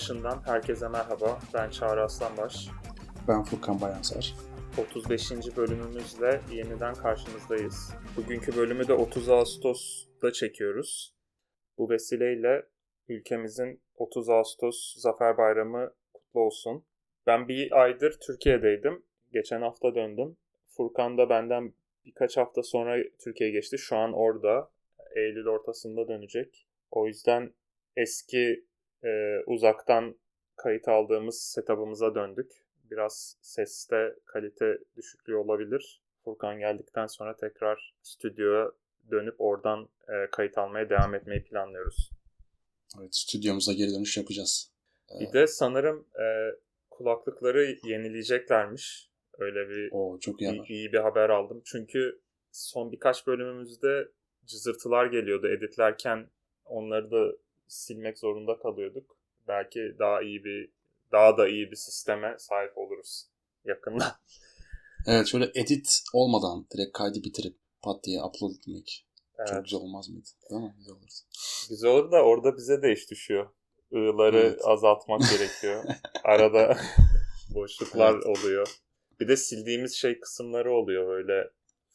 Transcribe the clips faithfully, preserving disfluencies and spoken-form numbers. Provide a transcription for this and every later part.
dışından herkese merhaba. Ben Çağrı Aslanbaş. Ben Furkan Bayansar. otuz beşinci bölümümüzle yeniden karşınızdayız. Bugünkü bölümü de otuz Ağustos'ta çekiyoruz. Bu vesileyle ülkemizin otuz Ağustos Zafer Bayramı kutlu olsun. Ben bir aydır Türkiye'deydim. Geçen hafta döndüm. Furkan da benden birkaç hafta sonra Türkiye'ye geçti. Şu an orada. Eylül ortasında dönecek. O yüzden eski e, uzaktan kayıt aldığımız setup'ımıza döndük. Biraz seste kalite düşüklüğü olabilir. Furkan geldikten sonra tekrar stüdyoya dönüp oradan e, kayıt almaya devam etmeyi planlıyoruz. Evet, stüdyomuza geri dönüş yapacağız. Ee... Bir de sanırım e, kulaklıkları yenileyeceklermiş. Öyle bir Oo, çok iyi, iyi, iyi bir haber aldım. Çünkü son birkaç bölümümüzde cızırtılar geliyordu. Editlerken onları da silmek zorunda kalıyorduk. Belki daha iyi bir, daha da iyi bir sisteme sahip oluruz yakında. Evet, şöyle edit olmadan direkt kaydı bitirip pat diye upload etmek evet. Çok güzel olmaz mıydı? Değil mi? Güzel olur. Güzel olur da orada bize de iş düşüyor. I'ları evet. azaltmak gerekiyor. Arada boşluklar evet. oluyor. Bir de sildiğimiz şey kısımları oluyor böyle,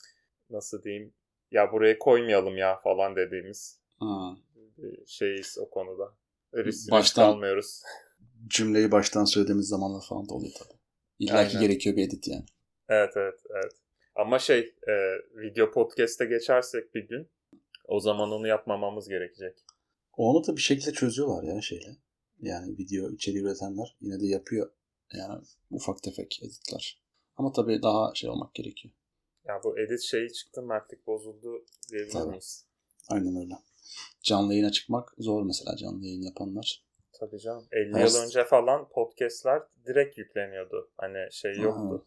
nasıl diyeyim, ya buraya koymayalım ya falan dediğimiz ha. şeyiz o konuda. Risk, baştan, risk almıyoruz. Cümleyi baştan söylediğimiz zamanlar falan da oluyor tabii. İlla ki gerekiyor bir edit yani. Evet evet evet. Ama şey e, video podcast'e geçersek bir gün o zaman onu yapmamamız gerekecek. Onu da bir şekilde çözüyorlar ya şeyle. Yani video içeriği üretenler yine de yapıyor. Yani ufak tefek editler. Ama tabii daha şey olmak gerekiyor. Ya bu edit şeyi çıktı, mertlik bozuldu diyebilir miyiz? Aynen öyle. Canlı yayına çıkmak zor mesela, canlı yayın yapanlar. Tabii canım. elli Her... yıl önce falan podcastler direkt yükleniyordu. Hani şey yoktu.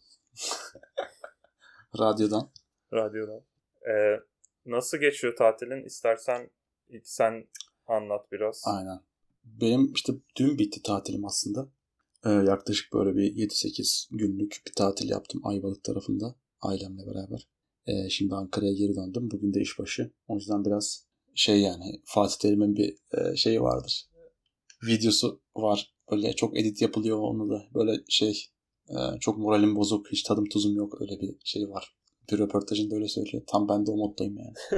Radyodan. Radyodan. Ee, nasıl geçiyor tatilin? İstersen ilk sen anlat biraz. Aynen. Benim işte dün bitti tatilim aslında. Ee, yaklaşık böyle bir yedi sekiz günlük bir tatil yaptım Ayvalık tarafında ailemle beraber. Ee, şimdi Ankara'ya geri döndüm. Bugün de işbaşı. O yüzden biraz şey yani Fatih Terim'in bir e, şeyi vardır. Videosu var. Böyle çok edit yapılıyor onu da. Böyle şey e, çok moralim bozuk. Hiç tadım tuzum yok. Öyle bir şey var. Bir röportajında öyle söylüyor. Tam ben de o moddayım yani.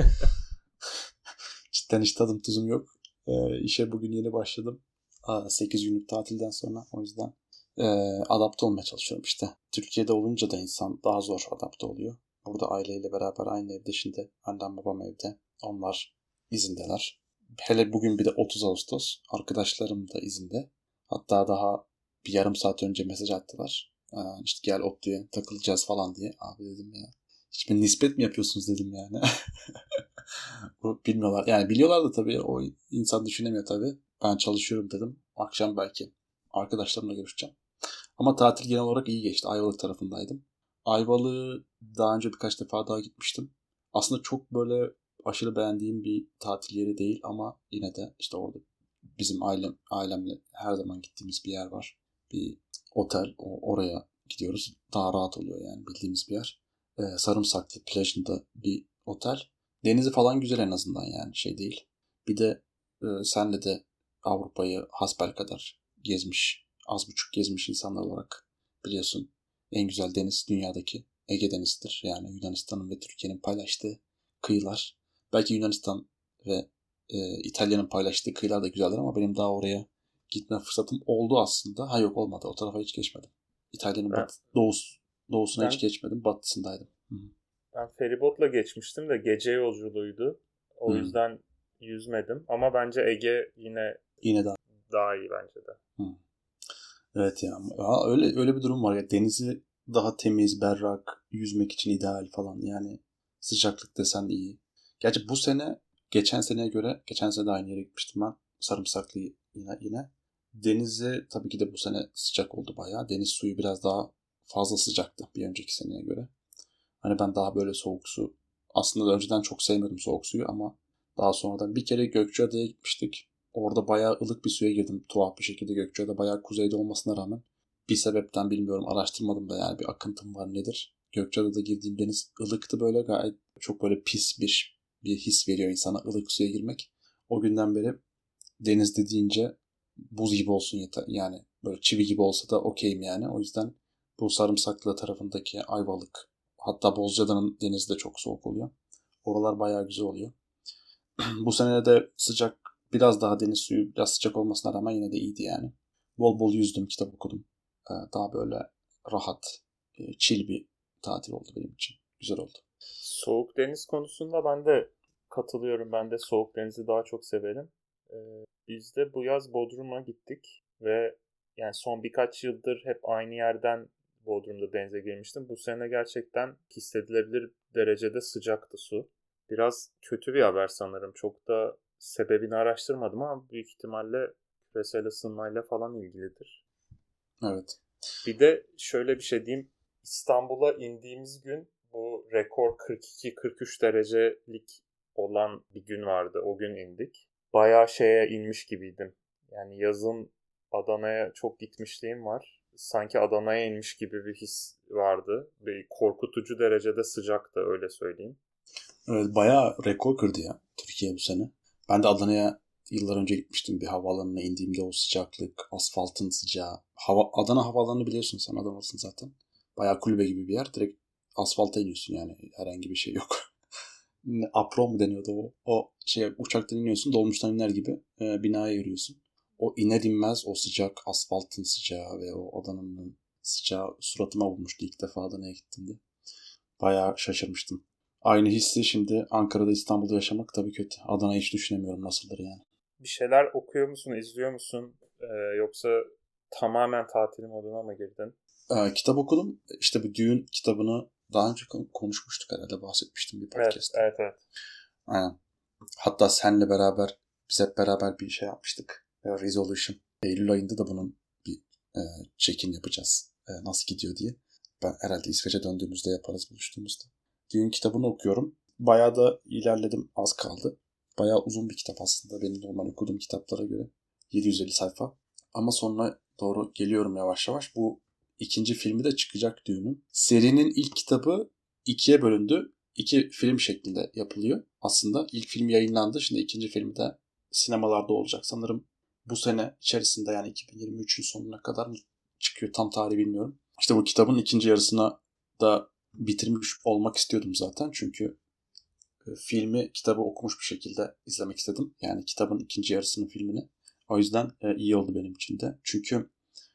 Cidden hiç tadım tuzum yok. E, işe bugün yeni başladım. sekiz günlük tatilden sonra. O yüzden e, adapte olmaya çalışıyorum işte. Türkiye'de olunca da insan daha zor adapte oluyor. Burada aileyle beraber aynı evde şimdi. Annem babam evde. Onlar izindeler. Hele bugün bir de otuz Ağustos. Arkadaşlarım da izinde. Hatta daha bir yarım saat önce mesaj attılar. Ee, işte gel ODTÜ'ye takılacağız falan diye. Abi dedim ya. Hiçbir nispet mi yapıyorsunuz dedim yani. Bilmiyorlar. Yani biliyorlar da tabii, o insan düşünemiyor tabii. Ben çalışıyorum dedim. Akşam belki arkadaşlarımla görüşeceğim. Ama tatil genel olarak iyi geçti. Ayvalık tarafındaydım. Ayvalık'ı daha önce birkaç defa daha gitmiştim. Aslında çok böyle aşırı beğendiğim bir tatil yeri değil ama yine de işte orada bizim ailem ailemle her zaman gittiğimiz bir yer var. Bir otel, o, oraya gidiyoruz. Daha rahat oluyor yani, bildiğimiz bir yer. Ee, Sarımsaklı plajında bir otel. Denizi falan güzel en azından, yani şey değil. Bir de e, senle de Avrupa'yı hasbelkader gezmiş, az buçuk gezmiş insanlar olarak biliyorsun. En güzel deniz dünyadaki Ege Denizi'dir. Yani Yunanistan'ın ve Türkiye'nin paylaştığı kıyılar. Belki Yunanistan ve e, İtalya'nın paylaştığı kıyılar da güzeldir ama benim daha oraya gitme fırsatım oldu aslında. Ha yok, olmadı. O tarafa hiç geçmedim. İtalya'nın ben, batı, doğusu, doğusuna ben, hiç geçmedim. Batısındaydım. Hı-hı. Ben feribotla geçmiştim de gece yolculuğuydu. O Hı-hı. yüzden yüzmedim. Ama bence Ege yine yine daha, daha iyi bence de. Hı. Evet ya. ya öyle öyle bir durum var ya. Denizi daha temiz, berrak, yüzmek için ideal falan. Yani sıcaklık desen iyi. Gerçi bu sene geçen seneye göre, geçen sene de aynı yere gitmiştim ben. Sarımsaklı yine yine. Denizi tabii ki de bu sene sıcak oldu bayağı. Deniz suyu biraz daha fazla sıcaktı bir önceki seneye göre. Hani ben daha böyle soğuk su, aslında önceden çok sevmiyordum soğuk suyu ama daha sonradan bir kere Gökçeada'ya gitmiştik. Orada bayağı ılık bir suya girdim. Tuhaf bir şekilde Gökçeada bayağı kuzeyde olmasına rağmen. Bir sebepten bilmiyorum, araştırmadım da yani, bir akıntım var nedir. Gökçeada'da girdiğim deniz ılıktı böyle, gayet çok böyle pis bir bir his veriyor insana ılık suya girmek. O günden beri deniz dediğince buz gibi olsun yeter. Yani böyle çivi gibi olsa da okeyim yani. O yüzden bu Sarımsaklı tarafındaki Ayvalık, hatta Bozcaada'nın denizi de çok soğuk oluyor. Oralar bayağı güzel oluyor. Bu sene de sıcak, biraz daha deniz suyu biraz sıcak olmasına rağmen yine de iyiydi yani. Bol bol yüzdüm, kitap okudum. Ee, Daha böyle rahat, e, chill bir tatil oldu benim için. Güzel oldu. Soğuk deniz konusunda ben de katılıyorum. Ben de soğuk denizi daha çok severim. Ee, biz de bu yaz Bodrum'a gittik ve yani son birkaç yıldır hep aynı yerden Bodrum'da denize girmiştim. Bu sene gerçekten hissedilebilir derecede sıcaktı su. Biraz kötü bir haber sanırım. Çok da sebebini araştırmadım ama büyük ihtimalle küresel ısınmayla falan ilgilidir. Evet. Bir de şöyle bir şey diyeyim. İstanbul'a indiğimiz gün bu rekor kırk iki kırk üç derecelik olan bir gün vardı. O gün indik. Bayağı şeye inmiş gibiydim. Yani yazın Adana'ya çok gitmişliğim var. Sanki Adana'ya inmiş gibi bir his vardı. Bir korkutucu derecede sıcaktı, öyle söyleyeyim. Evet, bayağı rekor kırdı ya Türkiye bu sene. Ben de Adana'ya yıllar önce gitmiştim, bir havaalanına indiğimde o sıcaklık, asfaltın sıcağı. Hava, Adana havaalanını biliyorsun, sen Adana'lısın zaten. Bayağı kulübe gibi bir yer. Direkt asfalta iniyorsun yani, herhangi bir şey yok. Ne, apron mu deniyordu o? O şey, uçaktan iniyorsun, dolmuştan iner gibi e, binaya yürüyorsun. O iner inmez o sıcak, asfaltın sıcağı ve o Adana'nın sıcağı suratıma vurmuştu ilk defa Adana'ya gittiğimde. Bayağı şaşırmıştım. Aynı hissi şimdi Ankara'da, İstanbul'da yaşamak tabii kötü. Adana'yı hiç düşünemiyorum nasıldır yani. Bir şeyler okuyor musun, izliyor musun? Ee, yoksa tamamen tatil moduna mı girdin? Ee, kitap okudum. İşte bu Dune kitabını daha önce konuşmuştuk herhalde, bahsetmiştim bir Evet, podcast'te. evet, evet. Aynen. Hatta senle beraber, biz hep beraber bir şey yapmıştık. E, Resolution. Eylül ayında da bunun bir e, check-in yapacağız. E, nasıl gidiyor diye. Ben herhalde İsveç'e döndüğümüzde yaparız, buluştuğumuzda. Dune kitabını okuyorum. Bayağı da ilerledim. Az kaldı. Bayağı uzun bir kitap aslında benim normal okuduğum kitaplara göre. yedi yüz elli sayfa. Ama sonra doğru geliyorum yavaş yavaş. Bu ikinci filmi de çıkacak Dune'un. Serinin ilk kitabı ikiye bölündü. İki film şeklinde yapılıyor. Aslında ilk film yayınlandı. Şimdi ikinci filmi de sinemalarda olacak. Sanırım bu sene içerisinde, yani iki bin yirmi üçün sonuna kadar mı çıkıyor? Tam tarihi bilmiyorum. İşte bu kitabın ikinci yarısına da bitirmiş olmak istiyordum zaten. Çünkü filmi, kitabı okumuş bir şekilde izlemek istedim. Yani kitabın ikinci yarısının filmini. O yüzden e, iyi oldu benim için de. Çünkü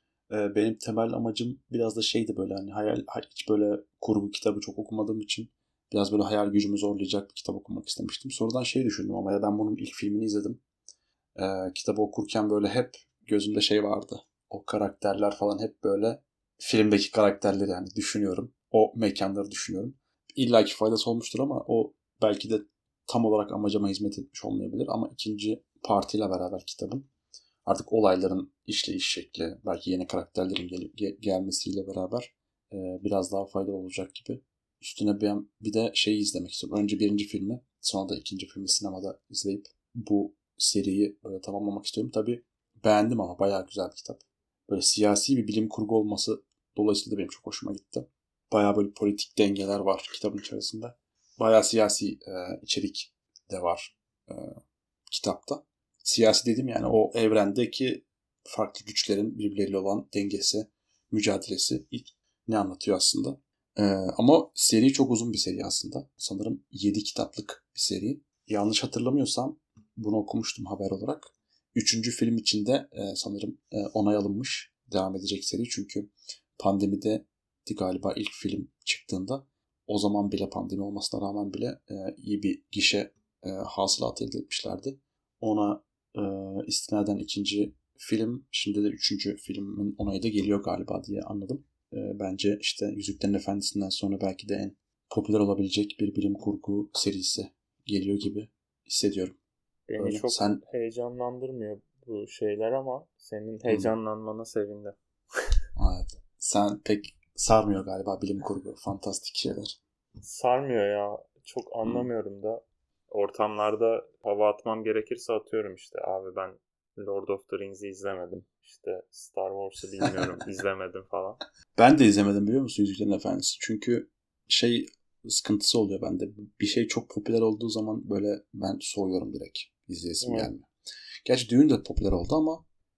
e, benim temel amacım biraz da şeydi, böyle hani hayal, hiç böyle kurgu kitabı çok okumadığım için biraz böyle hayal gücümü zorlayacak bir kitap okumak istemiştim. Sonradan şey düşündüm, ama ya ben bunun ilk filmini izledim. E, kitabı okurken böyle hep gözümde şey vardı. O karakterler falan hep böyle filmdeki karakterleri yani düşünüyorum. O mekanları düşünüyorum. İlla ki faydası olmuştur ama o belki de tam olarak amacıma hizmet etmiş olmayabilir. Ama ikinci partiyle beraber kitabın artık olayların işleyiş şekli, belki yeni karakterlerin gel- gel- gelmesiyle beraber e, biraz daha faydalı olacak gibi. Üstüne bir, bir de şeyi izlemek istiyorum. Önce birinci filmi, sonra da ikinci filmi sinemada izleyip bu seriyi böyle tamamlamak istiyorum. Tabii beğendim, ama bayağı güzel bir kitap. Böyle siyasi bir bilim kurgu olması dolayısıyla da benim çok hoşuma gitti. Bayağı böyle politik dengeler var kitabın içerisinde. Bayağı siyasi e, içerik de var e, kitapta. Siyasi dedim yani, o evrendeki farklı güçlerin birbirleriyle olan dengesi, mücadelesi ne anlatıyor aslında. Ee, ama seri çok uzun bir seri aslında. Sanırım yedi kitaplık bir seri. Yanlış hatırlamıyorsam bunu okumuştum haber olarak. Üçüncü film içinde e, sanırım e, onay alınmış devam edecek seri. Çünkü pandemide galiba ilk film çıktığında, o zaman bile, pandemi olmasına rağmen bile e, iyi bir gişe e, hasılat elde etmişlerdi. Ona e, istinaden ikinci film, şimdi de üçüncü filmin onayı da geliyor galiba diye anladım. E, bence işte Yüzüklerin Efendisi'nden sonra belki de en popüler olabilecek bir bilim kurgu serisi geliyor gibi hissediyorum. Beni Öyle. çok Sen heyecanlandırmıyor bu şeyler ama senin hmm, heyecanlanmana sevindim. evet. Sen pek sarmıyor galiba bilim kurgu, fantastik şeyler. Sarmıyor ya. Çok Hmm. anlamıyorum da. Ortamlarda hava atmam gerekirse atıyorum işte. Abi ben Lord of the Rings'i izlemedim. İşte Star Wars'u bilmiyorum, izlemedim falan. Ben de izlemedim, biliyor musun, Yüzüklerin Efendisi. Çünkü şey sıkıntısı oluyor bende. Bir şey çok popüler olduğu zaman böyle ben soğuyorum direkt. İzleyesim Evet. gelmiyor. Gerçi Dune de popüler oldu ama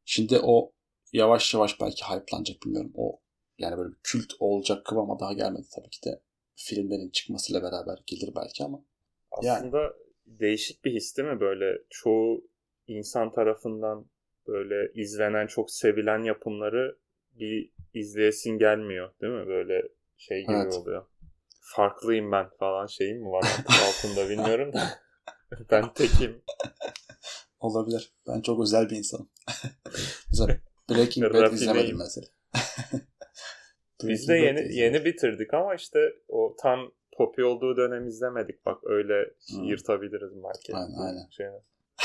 Şimdi o yavaş yavaş belki hype'lanacak, bilmiyorum. O yani böyle bir kült olacak kıvama daha gelmedi tabii ki de. Filmlerin çıkmasıyla beraber gelir belki ama yani. Aslında değişik bir his değil mi? Böyle çoğu insan tarafından böyle izlenen, çok sevilen yapımları bir izleyesin gelmiyor değil mi? Böyle şey gibi Evet. oluyor. Farklıyım ben falan şeyim mi var artık altında bilmiyorum da. Ben tekim. Olabilir. Ben çok özel bir insanım. Mesela Breaking Bad izlemedim Rafineyim. mesela. Biz de Breaking Bad de yeni izlemedim. yeni bitirdik ama işte o tam popi olduğu dönem izlemedik. Bak öyle Hmm. yırtabiliriz belki. Aynen Bu aynen. şeyi.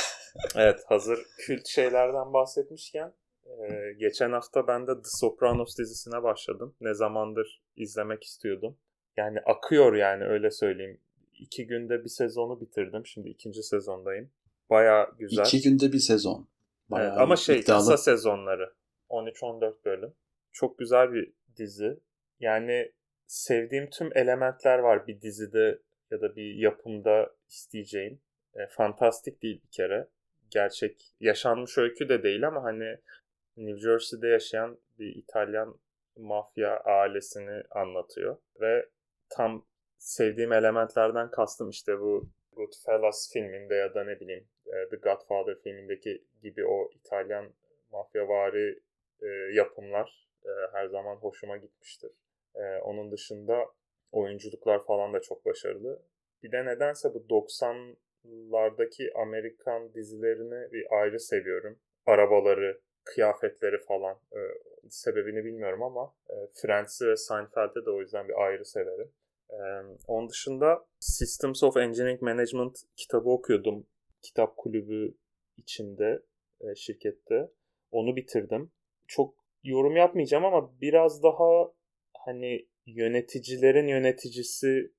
Evet, hazır kült şeylerden bahsetmişken e, geçen hafta ben de The Sopranos dizisine başladım. Ne zamandır izlemek istiyordum. Yani akıyor yani öyle söyleyeyim. İki günde bir sezonu bitirdim. Şimdi ikinci sezondayım. Baya güzel. İki günde bir sezon. Evet, Bayağı ama iyi. şey kısa İddialı. sezonları. on üç on dört bölüm. Çok güzel bir dizi. Yani sevdiğim tüm elementler var bir dizide ya da bir yapımda isteyeceğim. E, fantastik değil bir kere. Gerçek yaşanmış öykü de değil ama hani New Jersey'de yaşayan bir İtalyan mafya ailesini anlatıyor. Ve tam sevdiğim elementlerden kastım işte bu Goodfellas filminde ya da ne bileyim The Godfather filmindeki gibi o İtalyan mafyavari e, yapımlar e, her zaman hoşuma gitmiştir. E, onun dışında oyunculuklar falan da çok başarılı. Bir de nedense bu doksanlardaki Amerikan dizilerini bir ayrı seviyorum. Arabaları, kıyafetleri falan. E, sebebini bilmiyorum ama e, Friends'i ve Seinfeld'i de o yüzden bir ayrı severim. E, onun dışında Systems of Engineering Management kitabı okuyordum. Kitap kulübü içinde, e, şirkette. Onu bitirdim. Çok yorum yapmayacağım ama biraz daha hani yöneticilerin yöneticisi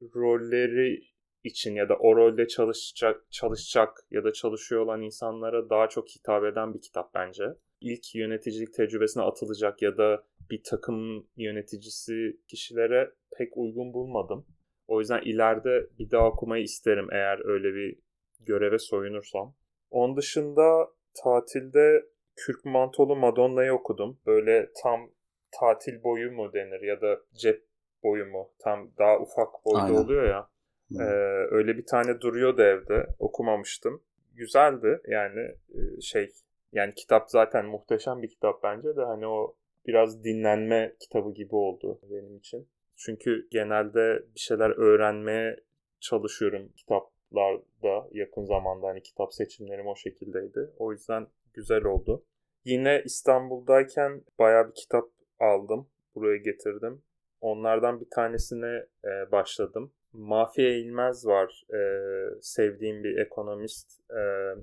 rolleri için ya da o rolde çalışacak çalışacak ya da çalışıyor olan insanlara daha çok hitap eden bir kitap bence. İlk yöneticilik tecrübesine atılacak ya da bir takım yöneticisi kişilere pek uygun bulmadım. O yüzden ileride bir daha okumayı isterim eğer öyle bir göreve soyunursam. Onun dışında tatilde Kürk Mantolu Madonna'yı okudum. Böyle tam tatil boyu mu denir ya da cep boyu mu? Tam daha ufak boyda Aynen. oluyor ya. Ee, Hmm. öyle bir tane duruyordu evde. Okumamıştım. Güzeldi yani e, şey yani kitap zaten muhteşem bir kitap bence de hani o biraz dinlenme kitabı gibi oldu benim için. Çünkü genelde bir şeyler öğrenmeye çalışıyorum kitaplarda yakın zamanda hani kitap seçimlerim o şekildeydi. O yüzden güzel oldu. Yine İstanbul'dayken bayağı bir kitap aldım. Buraya getirdim. Onlardan bir tanesine e, başladım. Mahfiye İlmez var. E, sevdiğim bir ekonomist e,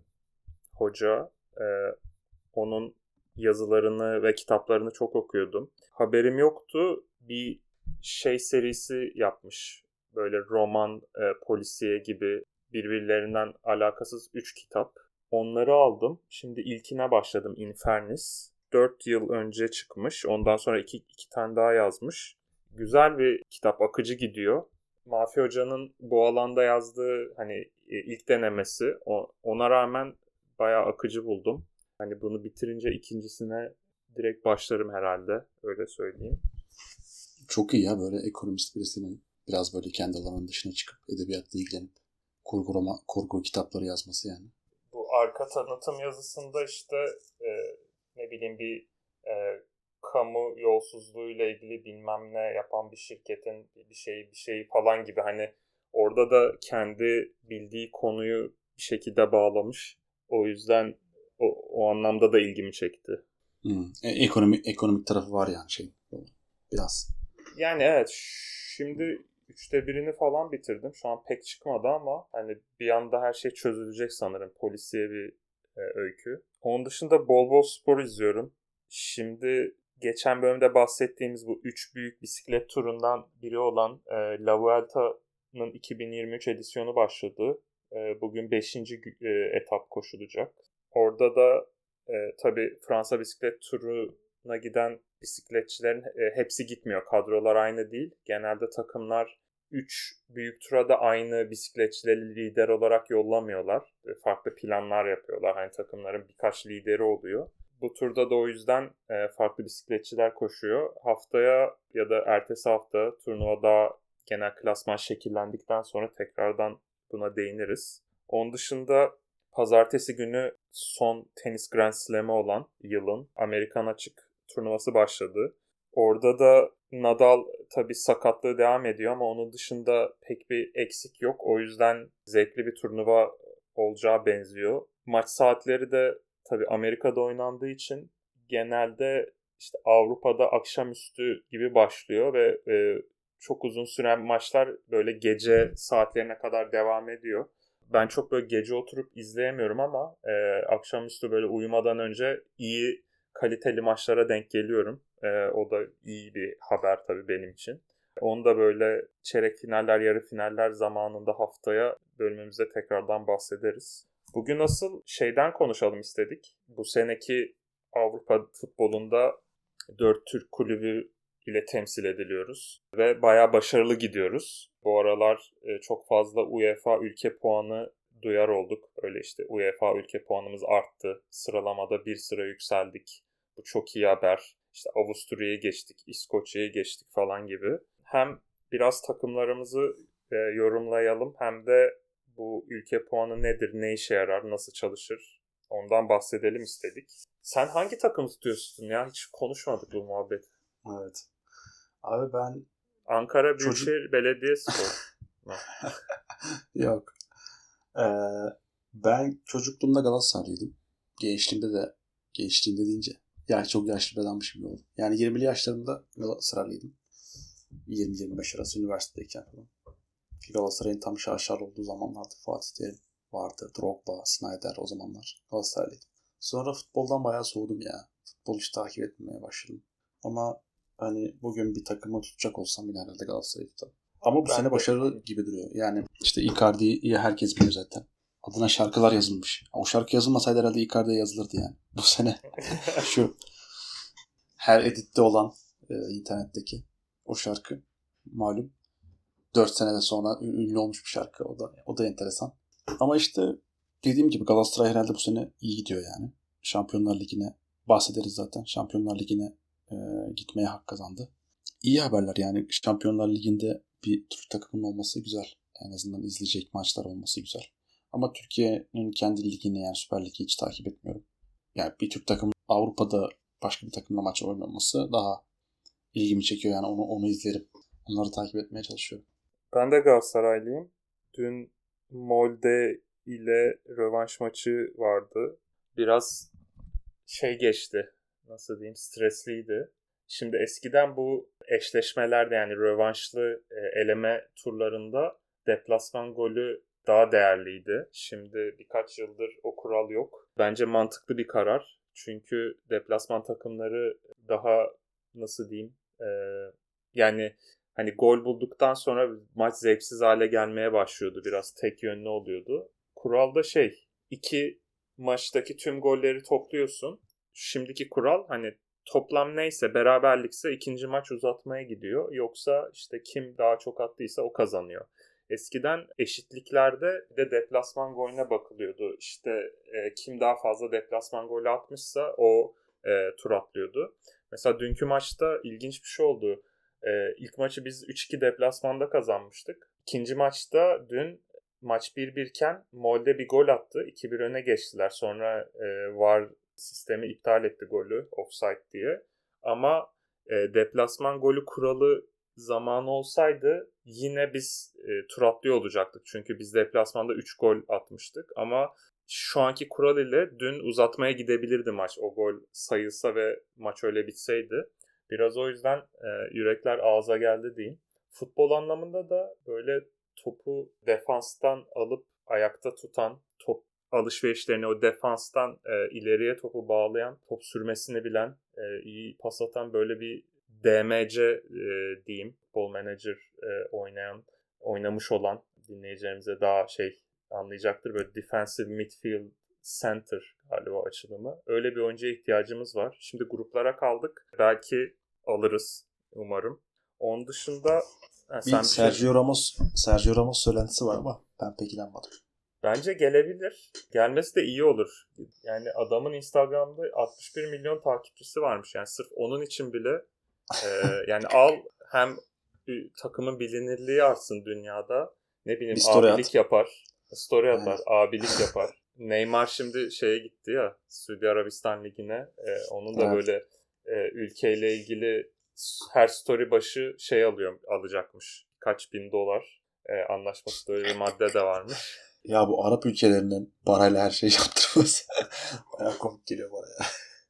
hoca. E, onun yazılarını ve kitaplarını çok okuyordum. Haberim yoktu. Bir şey serisi yapmış. Böyle roman, e, polisiye gibi birbirlerinden alakasız üç kitap. Onları aldım. Şimdi ilkine başladım. Infernis. Dört yıl önce çıkmış. Ondan sonra iki, iki tane daha yazmış. Güzel bir kitap. Akıcı gidiyor. Mahfi Hoca'nın bu alanda yazdığı hani e, ilk denemesi. Ona rağmen bayağı akıcı buldum. Hani bunu bitirince ikincisine direkt başlarım herhalde. Öyle söyleyeyim. Çok iyi ya, böyle ekonomist birisinin biraz böyle kendi alanının dışına çıkıp edebiyatla ilgilenip kurgu, roman, kurgu kitapları yazması yani. Bu arka tanıtım yazısında işte e, ne bileyim bir e, kamu yolsuzluğuyla ilgili bilmem ne yapan bir şirketin bir şeyi bir şeyi falan gibi hani orada da kendi bildiği konuyu bir şekilde bağlamış. O yüzden o, o anlamda da ilgimi çekti. Hmm. E, ekonomi, ekonomik tarafı var yani şey. Biraz. Yani evet şimdi üçte birini falan bitirdim. Şu an pek çıkmadı ama hani bir anda her şey çözülecek sanırım. Polisiye bir e, öykü. Onun dışında bol bol spor izliyorum. Şimdi geçen bölümde bahsettiğimiz bu üç büyük bisiklet turundan biri olan e, La Vuelta'nın iki bin yirmi üç edisyonu başladı. E, bugün beşinci E, etap koşulacak. Orada da e, tabii Fransa bisiklet turuna giden bisikletçilerin e, hepsi gitmiyor. Kadrolar aynı değil. Genelde takımlar üç büyük tura da aynı bisikletçileri lider olarak yollamıyorlar. E, farklı planlar yapıyorlar. Hani takımların birkaç lideri oluyor. Bu turda da o yüzden e, farklı bisikletçiler koşuyor. Haftaya ya da ertesi hafta turnuva daha genel klasman şekillendikten sonra tekrardan buna değiniriz. Onun dışında pazartesi günü son tenis Grand Slam'ı olan yılın Amerikan Açık turnuvası başladı. Orada da Nadal tabii sakatlığı devam ediyor ama onun dışında pek bir eksik yok. O yüzden zevkli bir turnuva olacağı benziyor. Maç saatleri de tabii Amerika'da oynandığı için genelde işte Avrupa'da akşamüstü gibi başlıyor ve e, çok uzun süren maçlar böyle gece saatlerine kadar devam ediyor. Ben çok böyle gece oturup izleyemiyorum ama e, akşamüstü böyle uyumadan önce iyi kaliteli maçlara denk geliyorum. E, o da iyi bir haber tabii benim için. Onu da böyle çeyrek finaller, yarı finaller zamanında haftaya bölümümüzde tekrardan bahsederiz. Bugün asıl şeyden konuşalım istedik. Bu seneki Avrupa futbolunda dört Türk kulübü ile temsil ediliyoruz. Ve bayağı başarılı gidiyoruz. Bu aralar çok fazla UEFA ülke puanı duyar olduk. Öyle işte UEFA ülke puanımız arttı. Sıralamada bir sıra yükseldik. Bu çok iyi haber. İşte Avusturya'yı geçtik, İskoçya'yı geçtik falan gibi. Hem biraz takımlarımızı e, yorumlayalım hem de bu ülke puanı nedir, ne işe yarar, nasıl çalışır ondan bahsedelim istedik. Sen hangi takım tutuyorsun ya? Hiç konuşmadık bu muhabbet. Evet. Abi ben Ankara çocuk... Büyükşehir Belediyespor. Yok. Ee, ben çocukluğumda Galatasaraylıydım. Gençliğimde de, gençliğimde deyince yani çok yaşlı bir adammışım gibi oldu. Yani yirmili yaşlarımda Galatasaraylıydım. yirmi yirmi beş arası üniversitedeyken falan. Ki Galatasaray'ın tam şaşar olduğu zamanlarda Fatih Terim vardı. Drogba, Snyder o zamanlar Galatasaraylıydım. Sonra futboldan bayağı soğudum ya. Futbol hiç takip etmemeye başladım. Ama hani bugün bir takımı tutacak olsam yine herhalde Galatasaray'ı tutarım. Ama bu ben sene de başarılı gibi duruyor. Yani işte Icardi'yi herkes biliyor zaten. Adına şarkılar yazılmış. O şarkı yazılmasaydı herhalde Icardi'ye yazılırdı yani. Bu sene şu her editte olan e, internetteki o şarkı malum. dört senede sonra ünlü olmuş bir şarkı. O da o da enteresan. Ama işte dediğim gibi Galatasaray herhalde bu sene iyi gidiyor yani. Şampiyonlar Ligi'ne bahsederiz zaten. Şampiyonlar Ligi'ne e, gitmeye hak kazandı. İyi haberler yani. Şampiyonlar Ligi'nde bir Türk takımının olması güzel. En azından izleyecek maçlar olması güzel. Ama Türkiye'nin kendi ligini yani Süper Lig'i hiç takip etmiyorum. Yani bir Türk takımı Avrupa'da başka bir takımla maç oynaması daha ilgimi çekiyor yani onu onu izlerim. Onları takip etmeye çalışıyorum. Ben de Galatasaraylıyım. Dün Molde ile rövanş maçı vardı. Biraz şey geçti. Nasıl diyeyim? Stresliydi. Şimdi eskiden bu eşleşmelerde yani rövanşlı eleme turlarında deplasman golü daha değerliydi. Şimdi birkaç yıldır o kural yok. Bence mantıklı bir karar. Çünkü deplasman takımları daha nasıl diyeyim? Ee, yani hani gol bulduktan sonra maç zevksiz hale gelmeye başlıyordu. Biraz tek yönlü oluyordu. Kuralda şey iki maçtaki tüm golleri topluyorsun. Şimdiki kural hani toplam neyse beraberlikse ikinci maç uzatmaya gidiyor. Yoksa işte kim daha çok attıysa o kazanıyor. Eskiden eşitliklerde de deplasman golüne bakılıyordu. İşte e, kim daha fazla deplasman golü atmışsa o e, tur atlıyordu. Mesela dünkü maçta ilginç bir şey oldu. E, ilk maçı biz üç iki deplasmanda kazanmıştık. İkinci maçta dün maç bir bir iken Molde bir gol attı. iki bir öne geçtiler. Sonra e, V A R sistemi iptal etti golü offside diye. Ama e, deplasman golü kuralı zamanı olsaydı yine biz e, tur atlıyor olacaktık. Çünkü biz deplasmanda üç gol atmıştık. Ama şu anki kural ile dün uzatmaya gidebilirdi maç. O gol sayılsa ve maç öyle bitseydi. Biraz o yüzden e, yürekler ağza geldi diyeyim. Futbol anlamında da böyle topu defanstan alıp ayakta tutan, top alışverişlerini o defanstan e, ileriye topu bağlayan, top sürmesini bilen, e, iyi pas atan böyle bir D M C e, diyeyim, Futbol Manager e, oynayan, oynamış olan dinleyicilerimize daha şey anlayacaktır. Böyle Defensive Midfield Center galiba açılımı. Öyle bir oyuncuya ihtiyacımız var. Şimdi gruplara kaldık. Belki alırız umarım. Onun dışında bir Sergio şey... Ramos Sergio Ramos söylentisi var ama ben pek inanmadım. Bence gelebilir. Gelmesi de iyi olur. Yani adamın Instagram'da altmış bir milyon takipçisi varmış. Yani sırf onun için bile e, yani al hem takımın bilinirliği artsın dünyada. Ne bileyim Bir story abilik at. yapar. Story atar. Evet. Abilik yapar. Neymar şimdi şeye gitti ya Suudi Arabistan Ligi'ne. E, onun da Evet. böyle e, ülkeyle ilgili her story başı şey alıyor alacakmış. Kaç bin dolar. E, anlaşması öyle bir madde de varmış. Ya bu Arap ülkelerinin parayla her şeyi yaptırması bayağı komik geliyor bana ya.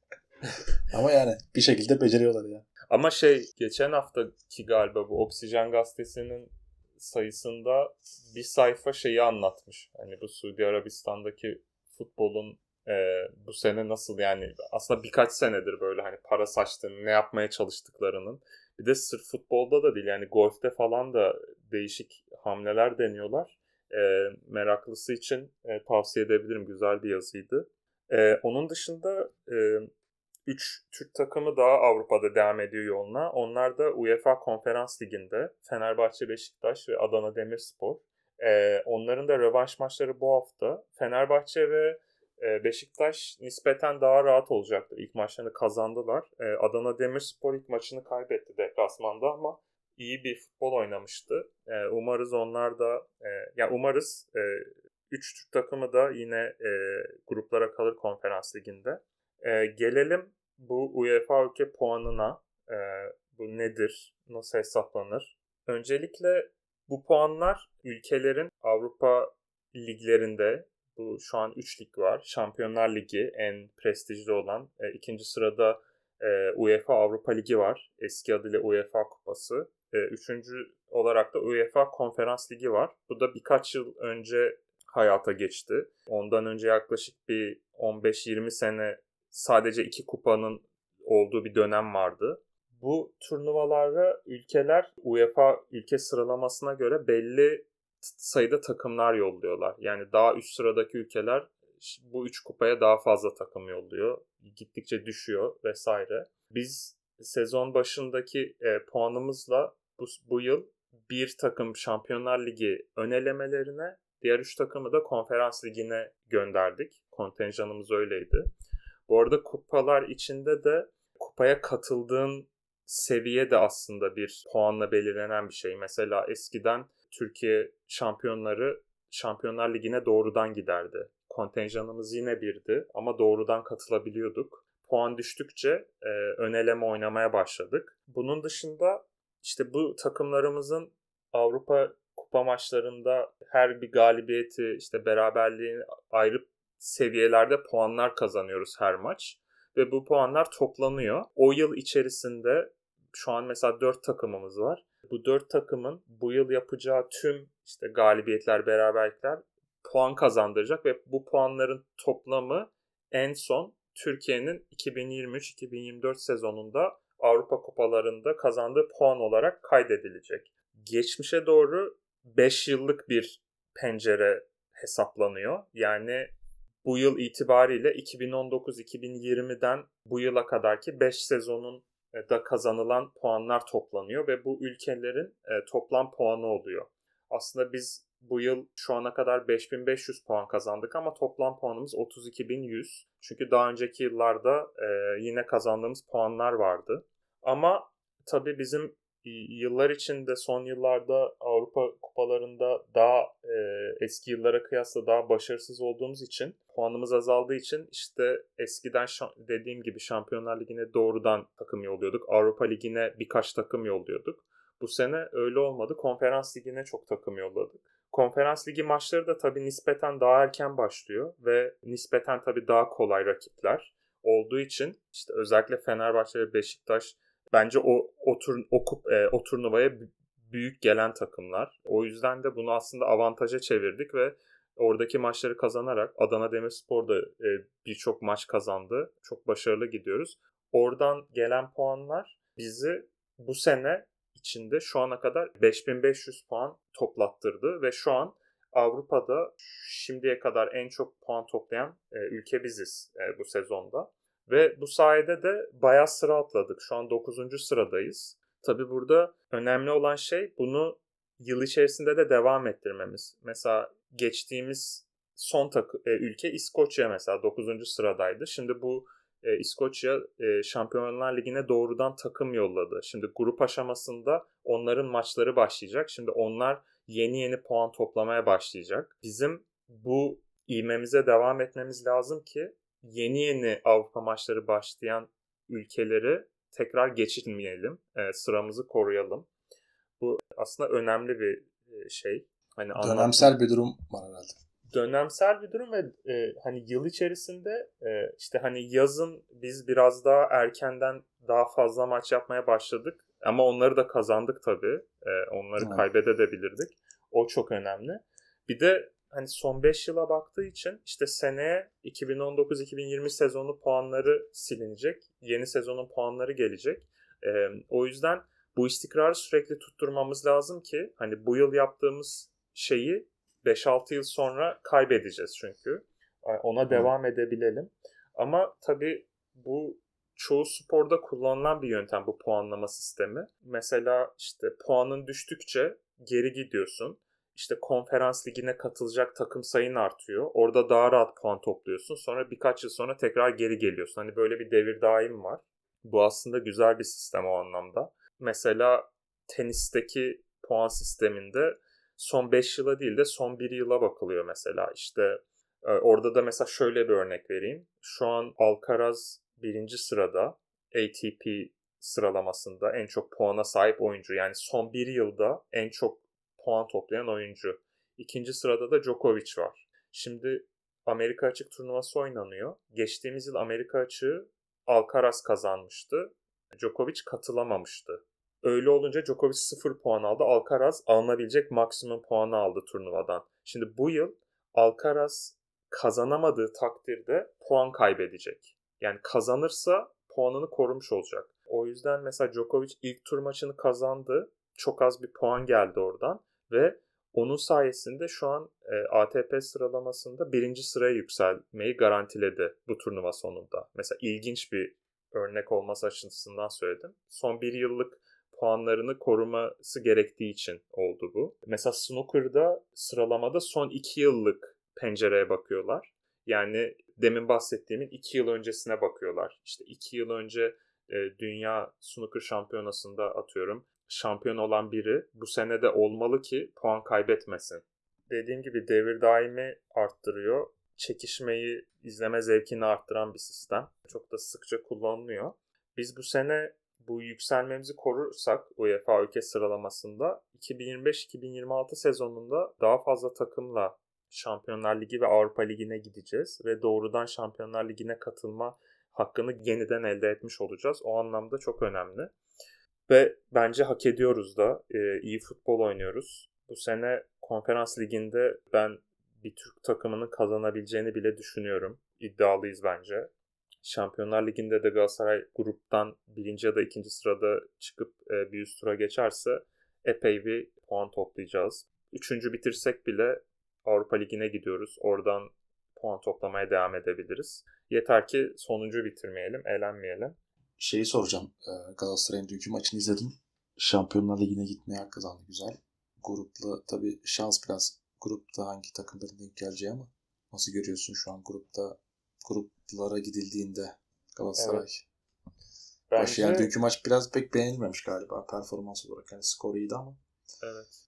Ama yani bir şekilde beceriyorlar ya. Ama şey geçen haftaki galiba bu Oksijen Gazetesi'nin sayısında bir sayfa şeyi anlatmış. Hani bu Suudi Arabistan'daki futbolun e, bu sene nasıl yani aslında birkaç senedir böyle hani para saçtığını, ne yapmaya çalıştıklarının. Bir de sırf futbolda da değil yani golfte falan da değişik hamleler deniyorlar. E, meraklısı için e, tavsiye edebilirim. Güzel bir yazıydı. E, onun dışında e, üç Türk takımı daha Avrupa'da devam ediyor yoluna. Onlar da UEFA Konferans Ligi'nde Fenerbahçe, Beşiktaş ve Adana Demirspor. Ee, onların da rövanş maçları bu hafta. Fenerbahçe ve e, Beşiktaş nispeten daha rahat olacaktı. İlk maçlarını kazandılar. Ee, Adana Demirspor ilk maçını kaybetti deplasmanda ama iyi bir futbol oynamıştı. Ee, umarız onlar da e, ya umarız üç Türk takımı da yine e, gruplara kalır Konferans Ligi'nde. Ee, gelelim bu UEFA ülke puanına. Ee, bu nedir? Nasıl hesaplanır? Öncelikle bu puanlar ülkelerin Avrupa liglerinde bu şu an üç lig var. Şampiyonlar Ligi en prestijli olan. E, ikinci sırada e, UEFA Avrupa Ligi var. Eski adıyla UEFA Kupası. E, üçüncü olarak da UEFA Konferans Ligi var. Bu da birkaç yıl önce hayata geçti. Ondan önce yaklaşık bir on beş yirmi sene sadece iki kupanın olduğu bir dönem vardı. Bu turnuvalara ülkeler UEFA ülke sıralamasına göre belli sayıda takımlar yolluyorlar. Yani daha üst sıradaki ülkeler bu üç kupaya daha fazla takım yolluyor. Gittikçe düşüyor vesaire. Biz sezon başındaki e, puanımızla bu, bu yıl bir takım Şampiyonlar Ligi ön elemelerine, diğer üç takımı da Konferans Ligi'ne gönderdik. Kontenjanımız öyleydi. Bu arada kupalar içinde de kupaya katıldığın seviye de aslında bir puanla belirlenen bir şey. Mesela eskiden Türkiye şampiyonları Şampiyonlar Ligi'ne doğrudan giderdi. Kontenjanımız yine birdi ama doğrudan katılabiliyorduk. Puan düştükçe e, ön eleme oynamaya başladık. Bunun dışında işte bu takımlarımızın Avrupa kupa maçlarında her bir galibiyeti işte beraberliği ayrı seviyelerde puanlar kazanıyoruz her maç. Ve bu puanlar toplanıyor. O yıl içerisinde şu an mesela dört takımımız var. Bu dört takımın bu yıl yapacağı tüm işte galibiyetler, beraberlikler puan kazandıracak ve bu puanların toplamı en son Türkiye'nin iki bin yirmi üç iki bin yirmi dört sezonunda Avrupa kupalarında kazandığı puan olarak kaydedilecek. Geçmişe doğru beş yıllık bir pencere hesaplanıyor. Yani bu yıl itibariyle iki bin on dokuz iki bin yirmiden bu yıla kadarki beş sezonun da kazanılan puanlar toplanıyor ve bu ülkelerin toplam puanı oluyor. Aslında biz bu yıl şu ana kadar beş bin beş yüz puan kazandık ama toplam puanımız otuz iki bin yüz. Çünkü daha önceki yıllarda yine kazandığımız puanlar vardı. Ama tabii bizim yıllar içinde son yıllarda Avrupa kupalarında daha e, eski yıllara kıyasla daha başarısız olduğumuz için puanımız azaldığı için işte eskiden dediğim gibi Şampiyonlar Ligi'ne doğrudan takım yolluyorduk. Avrupa Ligi'ne birkaç takım yolluyorduk. Bu sene öyle olmadı. Konferans Ligi'ne çok takım yolladık. Konferans Ligi maçları da tabii nispeten daha erken başlıyor ve nispeten tabii daha kolay rakipler olduğu için işte özellikle Fenerbahçe ve Beşiktaş bence o o, tur, o, e, o turnuvaya büyük gelen takımlar. O yüzden de bunu aslında avantaja çevirdik ve oradaki maçları kazanarak Adana Demirspor da e, birçok maç kazandı. Çok başarılı gidiyoruz. Oradan gelen puanlar bizi bu sene içinde şu ana kadar beş bin beş yüz puan toplattırdı ve şu an Avrupa'da şimdiye kadar en çok puan toplayan e, ülke biziz e, bu sezonda. Ve bu sayede de bayağı sıra atladık. Şu an dokuzuncu sıradayız. Tabii burada önemli olan şey bunu yıl içerisinde de devam ettirmemiz. Mesela geçtiğimiz son takı, e, ülke İskoçya mesela dokuzuncu sıradaydı. Şimdi bu e, İskoçya e, Şampiyonlar Ligi'ne doğrudan takım yolladı. Şimdi grup aşamasında onların maçları başlayacak. Şimdi onlar yeni yeni puan toplamaya başlayacak. Bizim bu ivmemize devam etmemiz lazım ki yeni yeni Avrupa maçları başlayan ülkeleri tekrar geçirmeyelim. E, sıramızı koruyalım. Bu aslında önemli bir e, şey. Hani Dönemsel anlatım... bir durum var herhalde. Dönemsel bir durum ve e, hani yıl içerisinde e, işte hani yazın biz biraz daha erkenden daha fazla maç yapmaya başladık. Ama onları da kazandık tabii. E, onları Evet. kaybedebilirdik. O çok önemli. Bir de hani son beş yıla baktığı için işte seneye iki bin on dokuz iki bin yirmi sezonu puanları silinecek. Yeni sezonun puanları gelecek. E, o yüzden bu istikrarı sürekli tutturmamız lazım ki hani bu yıl yaptığımız şeyi beş altı yıl sonra kaybedeceğiz çünkü. Ona devam edebilelim. Ama tabii bu çoğu sporda kullanılan bir yöntem bu puanlama sistemi. Mesela işte puanın düştükçe geri gidiyorsun. İşte konferans ligine katılacak takım sayın artıyor. Orada daha rahat puan topluyorsun. Sonra birkaç yıl sonra tekrar geri geliyorsun. Hani böyle bir devir daim var. Bu aslında güzel bir sistem o anlamda. Mesela tenisteki puan sisteminde son beş yıla değil de son bir yıla bakılıyor mesela. İşte orada da mesela şöyle bir örnek vereyim. Şu an Alcaraz birinci sırada A T P sıralamasında en çok puana sahip oyuncu. Yani son bir yılda en çok puan toplayan oyuncu. İkinci sırada da Djokovic var. Şimdi Amerika Açık turnuvası oynanıyor. Geçtiğimiz yıl Amerika Açığı Alcaraz kazanmıştı. Djokovic katılamamıştı. Öyle olunca Djokovic sıfır puan aldı. Alcaraz alınabilecek maksimum puanı aldı turnuvadan. Şimdi bu yıl Alcaraz kazanamadığı takdirde puan kaybedecek. Yani kazanırsa puanını korumuş olacak. O yüzden mesela Djokovic ilk tur maçını kazandı. Çok az bir puan geldi oradan ve onun sayesinde şu an e, A T P sıralamasında birinci sıraya yükselmeyi garantiledi bu turnuva sonunda. Mesela ilginç bir örnek olması açısından söyledim. Son bir yıllık puanlarını koruması gerektiği için oldu bu. Mesela snooker'da sıralamada son iki yıllık pencereye bakıyorlar. Yani demin bahsettiğimin iki yıl öncesine bakıyorlar. İşte iki yıl önce e, Dünya Snooker Şampiyonası'nda atıyorum şampiyon olan biri bu sene de olmalı ki puan kaybetmesin. Dediğim gibi devir daimi arttırıyor. Çekişmeyi, izleme zevkini arttıran bir sistem. Çok da sıkça kullanılıyor. Biz bu sene bu yükselmemizi korursak UEFA ülke sıralamasında iki bin yirmi beş iki bin yirmi altı sezonunda daha fazla takımla Şampiyonlar Ligi ve Avrupa Ligi'ne gideceğiz ve doğrudan Şampiyonlar Ligi'ne katılma hakkını yeniden elde etmiş olacağız. O anlamda çok önemli. Ve bence hak ediyoruz da. Ee, iyi futbol oynuyoruz. Bu sene Konferans Ligi'nde ben bir Türk takımının kazanabileceğini bile düşünüyorum. İddialıyız bence. Şampiyonlar Ligi'nde de Galatasaray gruptan birinci ya da ikinci sırada çıkıp e, bir üst tura geçerse epey bir puan toplayacağız. Üçüncü bitirsek bile Avrupa Ligi'ne gidiyoruz. Oradan puan toplamaya devam edebiliriz. Yeter ki sonuncu bitirmeyelim, elenmeyelim. Şeyi soracağım. Galatasaray'ın dünkü maçını izledim. Şampiyonlar Ligi'ne gitmeye hak kazandı. Güzel. Grupla tabii şans biraz. Grupta hangi takımların denk geleceği ama nasıl görüyorsun şu an grupta gruplara gidildiğinde Galatasaray? Evet. Bence... Başı yani dünkü maç biraz pek beğenilmemiş galiba performans olarak. Yani skor iyiydi ama. Evet.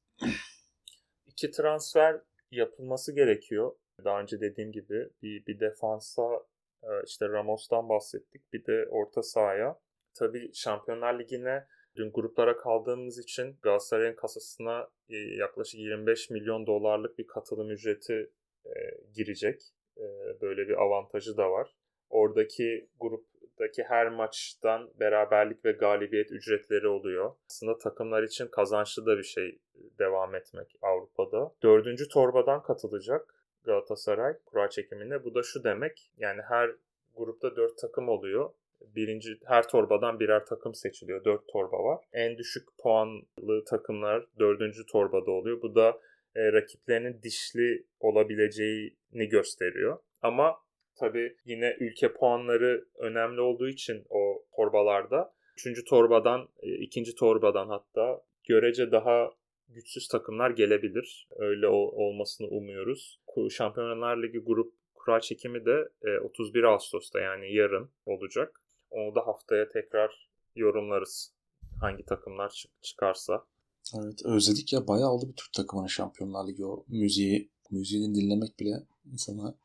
İki transfer yapılması gerekiyor. Daha önce dediğim gibi bir, bir defansa işte Ramos'tan bahsettik. Bir de orta sahaya. Tabii Şampiyonlar Ligi'ne dün gruplara kaldığımız için Galatasaray'ın kasasına yaklaşık yirmi beş milyon dolarlık bir katılım ücreti e, girecek. E, böyle bir avantajı da var. Oradaki gruptaki her maçtan beraberlik ve galibiyet ücretleri oluyor. Aslında takımlar için kazançlı da bir şey devam etmek Avrupa'da. Dördüncü torbadan katılacak Galatasaray kura çekimine. Bu da şu demek, yani her grupta dört takım oluyor. Birinci, her torbadan birer takım seçiliyor. Dört torba var. En düşük puanlı takımlar dördüncü torbada oluyor. Bu da e, rakiplerinin dişli olabileceğini gösteriyor. Ama tabii yine ülke puanları önemli olduğu için o torbalarda üçüncü torbadan, e, ikinci torbadan hatta görece daha güçsüz takımlar gelebilir. Öyle olmasını umuyoruz. Şampiyonlar Ligi grup kura çekimi de otuz bir Ağustos'ta yani yarın olacak. Onu da haftaya tekrar yorumlarız. Hangi takımlar çık- çıkarsa. Evet, özledik ya, bayağı oldu bir Türk takımının Şampiyonlar Ligi o müziği. Müziğini dinlemek bile insanı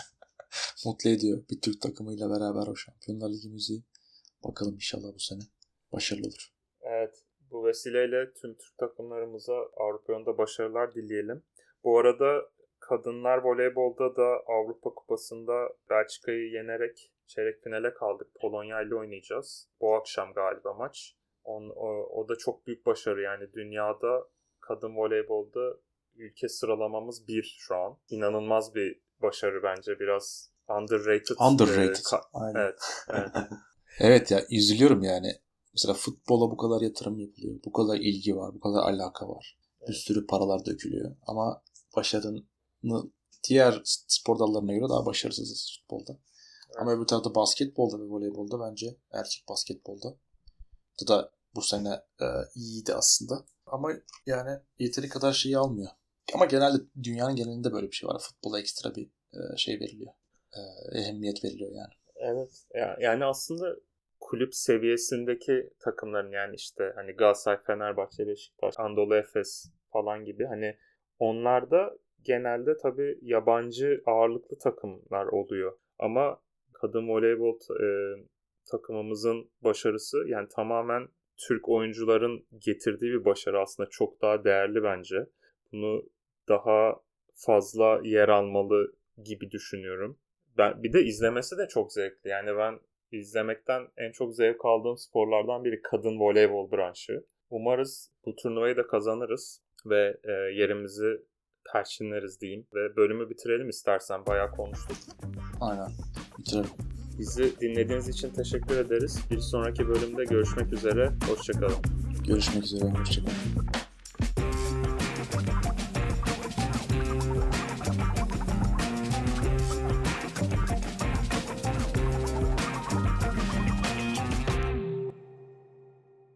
mutlu ediyor. Bir Türk takımıyla beraber o Şampiyonlar Ligi müziği. Bakalım inşallah bu sene başarılı olur. Evet, bu vesileyle tüm Türk takımlarımıza Avrupa yolunda başarılar dileyelim. Bu arada kadınlar voleybolda da Avrupa Kupası'nda Belçika'yı yenerek çeyrek finale kaldık. Polonya ile oynayacağız. Bu akşam galiba maç. On, o, o da çok büyük başarı yani dünyada kadın voleybolda ülke sıralamamız bir şu an. İnanılmaz bir başarı bence, biraz underrated. Underrated. E, ka- Aynen. Evet. Evet. Evet ya, üzülüyorum yani. Mesela futbola bu kadar yatırım yapılıyor. Bu kadar ilgi var. Bu kadar alaka var. Evet. Bir sürü paralar dökülüyor. Ama başarının diğer spor dallarına göre daha başarısızız futbolda. Evet. Ama öbür tarafta basketbolda ve voleybolda bence erkek basketbolda bu da bu sene e, iyiydi aslında. Ama yani yeteri kadar şeyi almıyor. Ama genelde dünyanın genelinde böyle bir şey var. Futbola ekstra bir e, şey veriliyor. E, ehemmiyet veriliyor yani. Evet. Yani aslında kulüp seviyesindeki takımların, yani işte hani Galatasaray, Fenerbahçe, Beşiktaş, Anadolu Efes falan gibi, hani onlarda genelde tabii yabancı ağırlıklı takımlar oluyor. Ama kadın voleybol e, takımımızın başarısı yani tamamen Türk oyuncuların getirdiği bir başarı, aslında çok daha değerli bence. Bunu daha fazla yer almalı gibi düşünüyorum. Ben, bir de izlemesi de çok zevkli. Yani ben izlemekten en çok zevk aldığım sporlardan biri kadın voleybol branşı. Umarız bu turnuvayı da kazanırız ve e, yerimizi perçinleriz diyeyim. Ve bölümü bitirelim istersen. Bayağı konuştuk. Aynen. Bitirelim. Bizi dinlediğiniz için teşekkür ederiz. Bir sonraki bölümde görüşmek üzere. Hoşça kalın. Görüşmek üzere. Hoşça kalın.